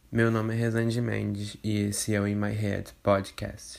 Meu nome é Rezende Mendes e esse é o In My Head Podcast.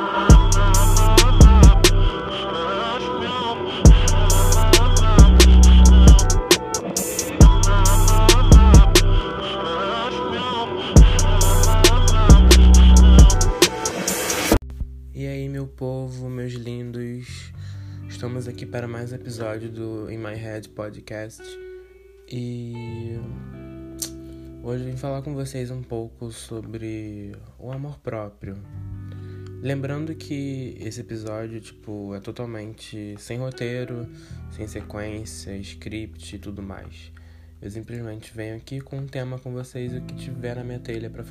E aí, meu povo, meus lindos, estamos aqui para mais um episódio do In My Head Podcast e hoje eu vim falar com vocês um pouco sobre o amor próprio. Lembrando que esse episódio, é totalmente sem roteiro, sem sequência, script e tudo mais. Eu simplesmente venho aqui com um tema com vocês, o que tiver na minha telha para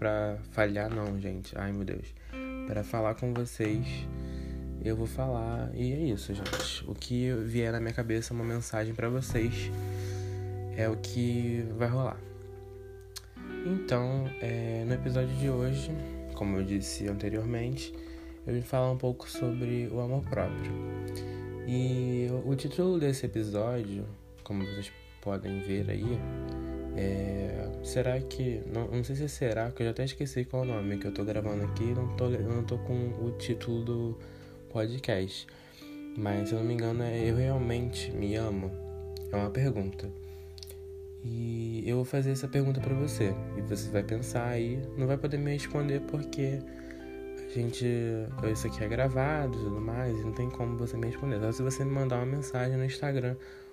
falar com vocês, eu vou falar e é isso, gente. O que vier na minha cabeça, uma mensagem para vocês, é o que vai rolar. Então, no episódio de hoje, como eu disse anteriormente, eu vim falar um pouco sobre o amor próprio. E o título desse episódio, como vocês podem ver aí, será que... Não sei se será, que eu já até esqueci qual é o nome que eu tô gravando aqui, não tô com o título do podcast. Mas, se eu não me engano, Eu Realmente Me Amo? É uma pergunta. E eu vou fazer essa pergunta pra você. E você vai pensar aí, não vai poder me responder porque isso aqui é gravado e tudo mais, e não tem como você me responder. Só se você me mandar uma mensagem no Instagram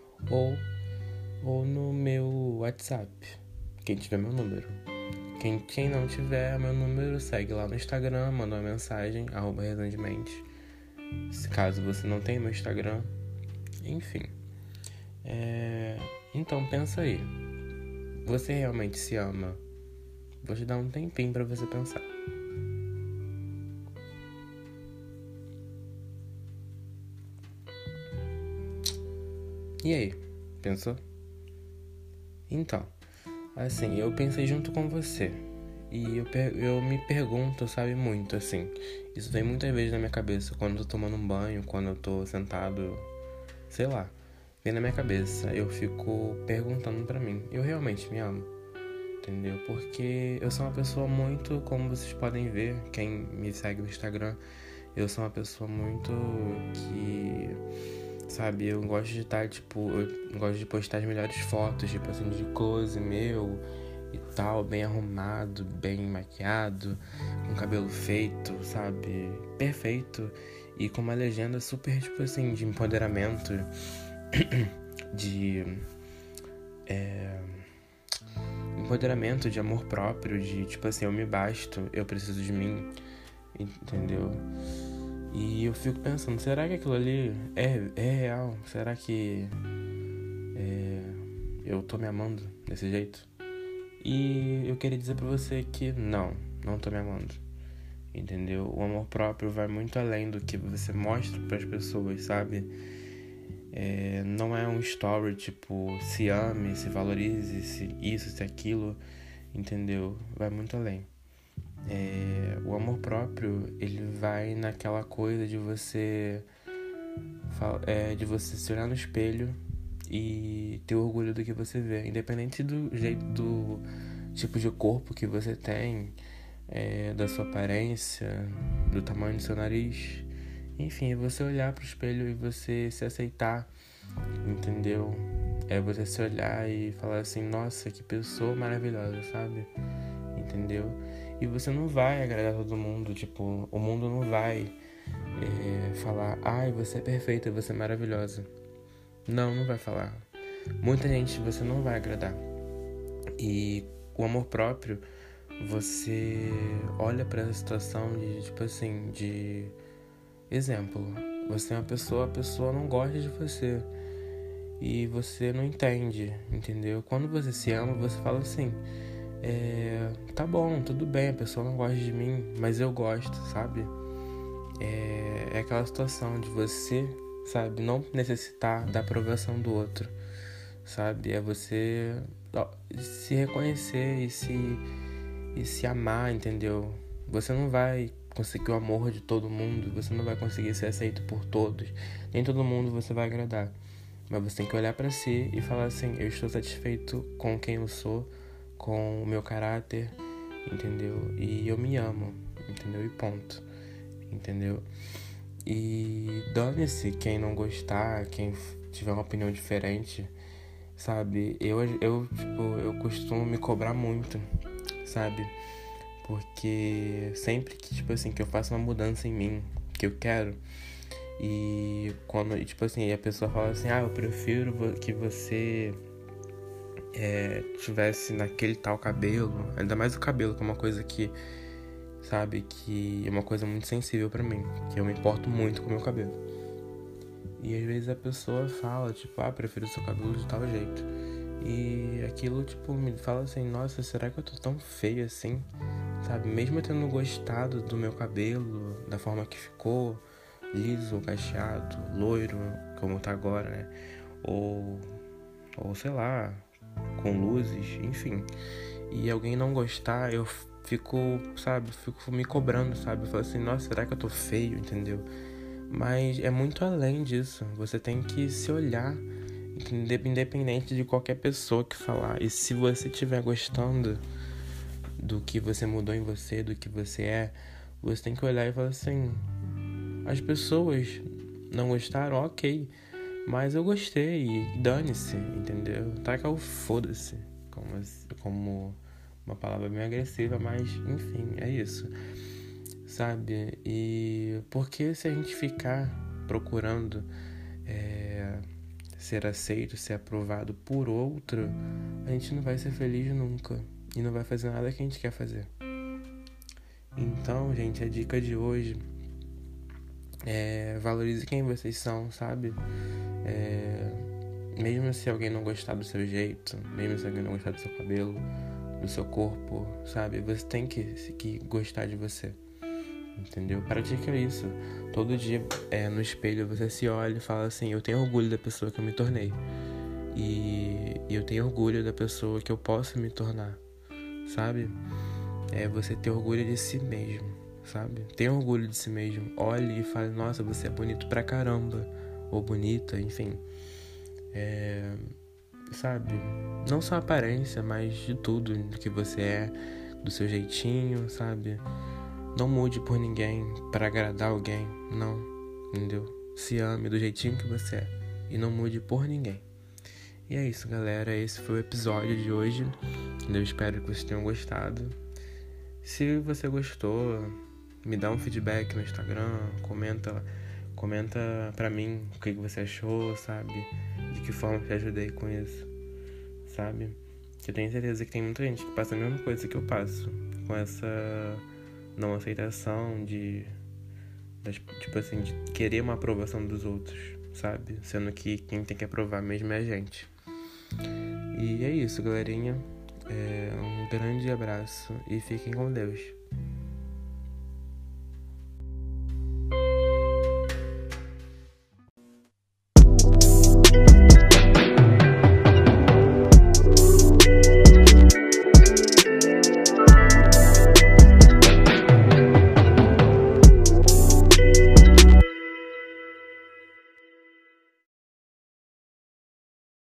ou no meu WhatsApp, quem tiver meu número. Quem não tiver meu número, segue lá no Instagram, manda uma mensagem, @resandemente. Se caso você não tenha meu Instagram, enfim. Então pensa aí. Você realmente se ama? Vou te dar um tempinho pra você pensar. E aí? Pensou? Então, assim, eu pensei junto com você. E eu me pergunto, sabe, muito, assim. Isso vem muitas vezes na minha cabeça quando eu tô tomando um banho, quando eu tô sentado, sei lá. Vem na minha cabeça, eu fico perguntando pra mim, eu realmente me amo? Entendeu? Porque eu sou uma pessoa muito, como vocês podem ver, quem me segue no Instagram, eu sou uma pessoa muito que, sabe, eu gosto de estar, eu gosto de postar as melhores fotos, de close meu e tal, bem arrumado, bem maquiado, com cabelo feito, sabe, perfeito, e com uma legenda super, de empoderamento, de empoderamento, de amor próprio, de eu me basto, eu preciso de mim, entendeu? E eu fico pensando, será que aquilo ali é real? Será que eu tô me amando desse jeito? E eu queria dizer pra você que não tô me amando, entendeu? O amor próprio vai muito além do que você mostra pras pessoas, sabe? Não é um story, se ame, se valorize, se isso, se aquilo, entendeu? Vai muito além. O amor próprio, ele vai naquela coisa de você se olhar no espelho e ter orgulho do que você vê, independente do jeito, do tipo de corpo que você tem, da sua aparência, do tamanho do seu nariz. Enfim, é você olhar pro espelho e você se aceitar, entendeu? É você se olhar e falar assim, nossa, que pessoa maravilhosa, sabe? Entendeu? E você não vai agradar todo mundo, o mundo não vai falar, ai, você é perfeita, você é maravilhosa. Não vai falar. Muita gente você não vai agradar. E o amor próprio, você olha pra essa situação de exemplo, você é uma pessoa, a pessoa não gosta de você e você não entende, entendeu? Quando você se ama, você fala assim, tá bom, tudo bem, a pessoa não gosta de mim, mas eu gosto, sabe? É aquela situação de você, sabe, não necessitar da aprovação do outro, sabe? É você se reconhecer e se amar, entendeu? Você não vai conseguir o amor de todo mundo, você não vai conseguir ser aceito por todos, nem todo mundo você vai agradar, mas você tem que olhar pra si e falar assim, eu estou satisfeito com quem eu sou, com o meu caráter, entendeu? E eu me amo, entendeu? E ponto, entendeu? E dane-se quem não gostar, quem tiver uma opinião diferente, sabe? Eu costumo me cobrar muito, sabe? Porque sempre que, tipo assim, que eu faço uma mudança em mim, que eu quero, e quando, tipo assim, a pessoa fala assim, eu prefiro que você tivesse naquele tal cabelo, ainda mais o cabelo, que é uma coisa que, sabe, que é uma coisa muito sensível pra mim, que eu me importo muito com o meu cabelo. E às vezes a pessoa fala, tipo, prefiro o seu cabelo de tal jeito. E aquilo, tipo, me fala assim, nossa, será que eu tô tão feio assim? Sabe, mesmo eu tendo gostado do meu cabelo, da forma que ficou, liso, cacheado, loiro, como tá agora, né? Ou sei lá, com luzes, enfim. E alguém não gostar, eu fico, sabe, fico me cobrando, sabe? Eu falo assim, nossa, será que eu tô feio, entendeu? Mas é muito além disso. Você tem que se olhar, independente de qualquer pessoa que falar. E se você estiver gostando do que você mudou em você, do que você tem que olhar e falar assim, as pessoas não gostaram, ok, mas eu gostei, e dane-se, entendeu? Taca o foda-se, como uma palavra bem agressiva, mas enfim, é isso, sabe? E porque se a gente ficar procurando ser aceito, ser aprovado por outro, a gente não vai ser feliz nunca e não vai fazer nada que a gente quer fazer. Então, gente, a dica de hoje valorize quem vocês são, sabe? Mesmo se alguém não gostar do seu jeito, mesmo se alguém não gostar do seu cabelo, do seu corpo, sabe? Você tem que gostar de você, entendeu? Pratica isso. Todo dia no espelho você se olha e fala assim, eu tenho orgulho da pessoa que eu me tornei. E eu tenho orgulho da pessoa que eu posso me tornar, sabe? Você ter orgulho de si mesmo, sabe? Tenha orgulho de si mesmo. Olhe e fale, nossa, você é bonito pra caramba. Ou bonita, enfim. Sabe? Não só a aparência, mas de tudo do que você é, do seu jeitinho, sabe? Não mude por ninguém pra agradar alguém, não, entendeu? Se ame do jeitinho que você é e não mude por ninguém. E é isso, galera. Esse foi o episódio de hoje. Eu espero que vocês tenham gostado. Se você gostou, me dá um feedback no Instagram, comenta pra mim o que você achou, sabe? De que forma que eu ajudei com isso, sabe? Eu tenho certeza que tem muita gente que passa a mesma coisa que eu passo, com essa não aceitação tipo assim, de querer uma aprovação dos outros, sabe? Sendo que quem tem que aprovar mesmo é a gente. E é isso, galerinha. Um grande abraço e fiquem com Deus.